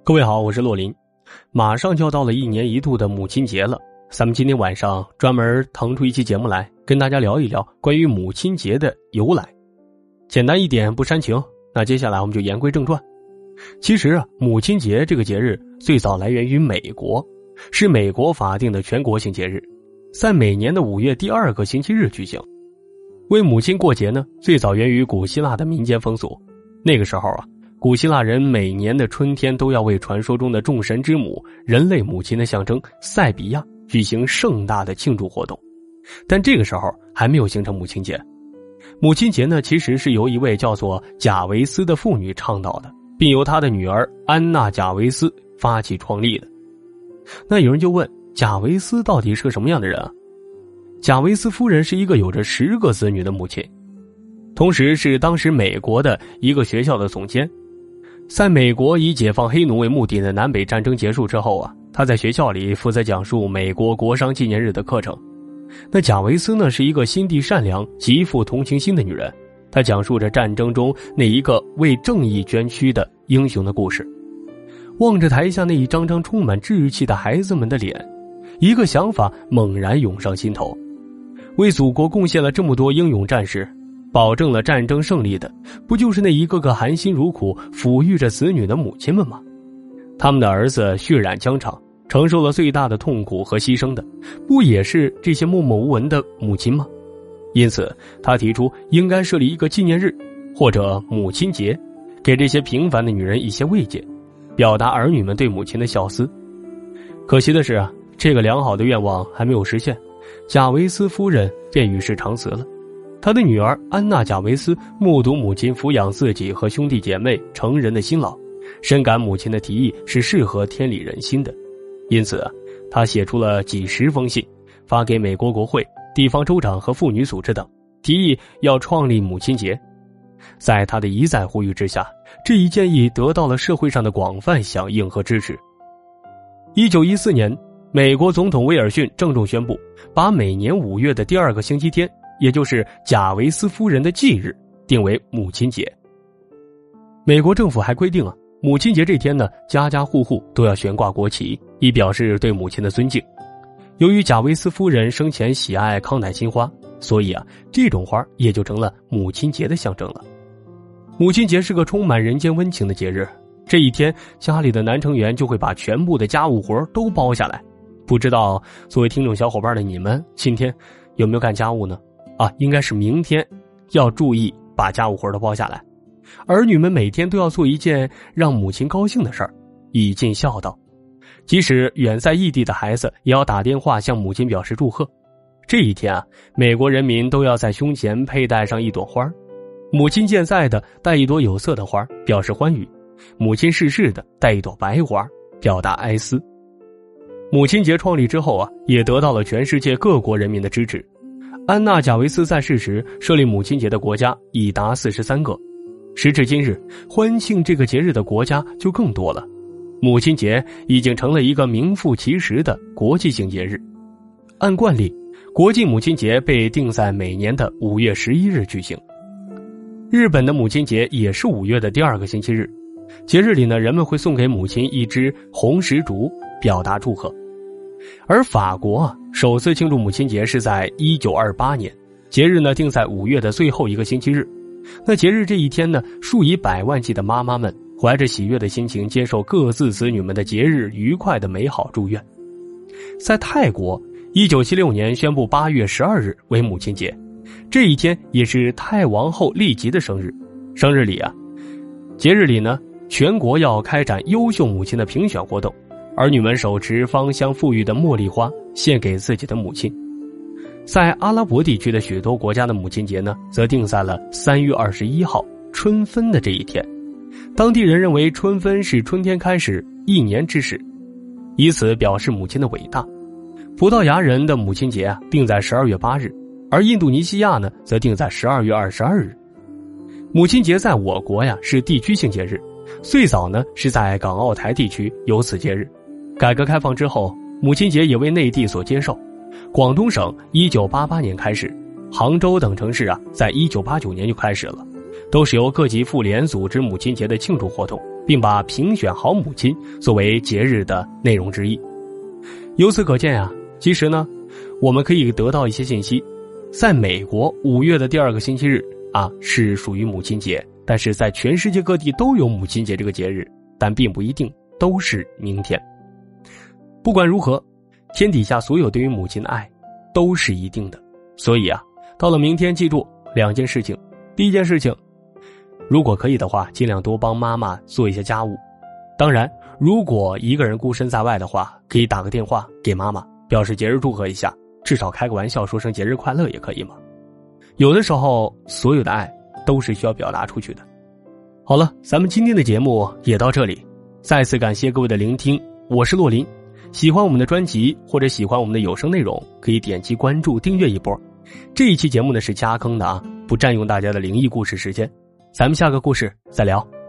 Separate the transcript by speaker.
Speaker 1: 各位好，我是洛林。马上就要到了1年1度的母亲节了，咱们今天晚上专门腾出一期节目来跟大家聊一聊关于母亲节的由来。简单一点不煽情，那接下来我们就言归正传。其实母亲节这个节日最早来源于美国，是美国法定的全国性节日，在每年的5月第2个星期日举行。为母亲过节呢，最早源于古希腊的民间风俗。那个时候古希腊人每年的春天都要为传说中的众神之母、人类母亲的象征塞比亚举行盛大的庆祝活动。但这个时候还没有形成母亲节。母亲节呢，其实是由一位叫做贾维斯的妇女倡导的，并由她的女儿安娜·贾维斯发起创立的。那有人就问，贾维斯到底是个什么样的人啊？贾维斯夫人是一个有着10个子女的母亲，同时是当时美国的一个学校的总监。在美国以解放黑奴为目的的南北战争结束之后他在学校里负责讲述美国国殇纪念日的课程。那贾维斯呢，是一个心地善良、极富同情心的女人，她讲述着战争中那一个为正义捐躯的英雄的故事。望着台下那一张张充满稚气的孩子们的脸，一个想法猛然涌上心头：为祖国贡献了这么多英勇战士，保证了战争胜利的，不就是那一个个含辛茹苦抚育着子女的母亲们吗？他们的儿子血染疆场，承受了最大的痛苦和牺牲的，不也是这些默默无闻的母亲吗？因此他提出应该设立一个纪念日，或者母亲节，给这些平凡的女人一些慰藉，表达儿女们对母亲的孝思。可惜的是这个良好的愿望还没有实现，贾维斯夫人便与世长辞了。他的女儿安娜·贾维斯目睹母亲抚养自己和兄弟姐妹成人的辛劳，深感母亲的提议是适合天理人心的，因此他写出了几10封信，发给美国国会、地方州长和妇女组织等，提议要创立母亲节。在他的一再呼吁之下，这一建议得到了社会上的广泛响应和支持。1914年，美国总统威尔逊郑重宣布，把每年5月的第2个星期天，也就是贾维斯夫人的忌日，定为母亲节。美国政府还规定母亲节这天呢，家家户户都要悬挂国旗，以表示对母亲的尊敬。由于贾维斯夫人生前喜爱康乃馨花，所以这种花也就成了母亲节的象征了。母亲节是个充满人间温情的节日，这一天家里的男成员就会把全部的家务活都包下来。不知道作为听众小伙伴的你们，今天有没有干家务呢？应该是明天要注意把家务活都包下来。儿女们每天都要做一件让母亲高兴的事儿，以尽孝道。即使远在异地的孩子也要打电话向母亲表示祝贺。这一天美国人民都要在胸前佩戴上一朵花，母亲健在的带一朵有色的花表示欢愉，母亲逝世的带一朵白花表达哀思。母亲节创立之后也得到了全世界各国人民的支持。安娜·贾维斯在世时设立母亲节的国家已达43个，时至今日，欢庆这个节日的国家就更多了。母亲节已经成了一个名副其实的国际性节日。按惯例，国际母亲节被定在每年的5月11日举行。日本的母亲节也是5月的第2个星期日，节日里呢，人们会送给母亲一支红石竹，表达祝贺。而法国首次庆祝母亲节是在1928年，节日呢定在5月的最后一个星期日。那节日这一天呢，数以百万计的妈妈们怀着喜悦的心情，接受各自子女们的节日愉快的美好祝愿。在泰国，1976年宣布8月12日为母亲节，这一天也是泰王后利吉的生日。生日里节日里呢，全国要开展优秀母亲的评选活动，儿女们手持芳香馥郁的茉莉花献给自己的母亲。在阿拉伯地区的许多国家的母亲节呢，则定在了3月21号春分的这一天。当地人认为春分是春天开始1年之始，以此表示母亲的伟大。葡萄牙人的母亲节定在12月8日，而印度尼西亚呢则定在12月22日。母亲节在我国是地区性节日，最早呢是在港澳台地区有此节日。改革开放之后，母亲节也为内地所接受。广东省1988年开始，杭州等城市在1989年就开始了，都是由各级妇联组织母亲节的庆祝活动， 并把评选好母亲作为节日的内容之一。由此可见啊，其实呢，我们可以得到一些信息。在美国5月的第2个星期日啊，是属于母亲节，但是在全世界各地都有母亲节这个节日，但并不一定都是明天。不管如何，天底下所有对于母亲的爱都是一定的。所以啊，到了明天记住2件事情。第一件事情，如果可以的话，尽量多帮妈妈做一些家务。当然，如果一个人孤身在外的话，可以打个电话给妈妈，表示节日祝贺一下，至少开个玩笑说声节日快乐也可以嘛。有的时候，所有的爱都是需要表达出去的。好了，咱们今天的节目也到这里，再次感谢各位的聆听，我是洛林。喜欢我们的专辑或者喜欢我们的有声内容，可以点击关注订阅一波。这一期节目呢是加更的啊，不占用大家的灵异故事时间。咱们下个故事再聊。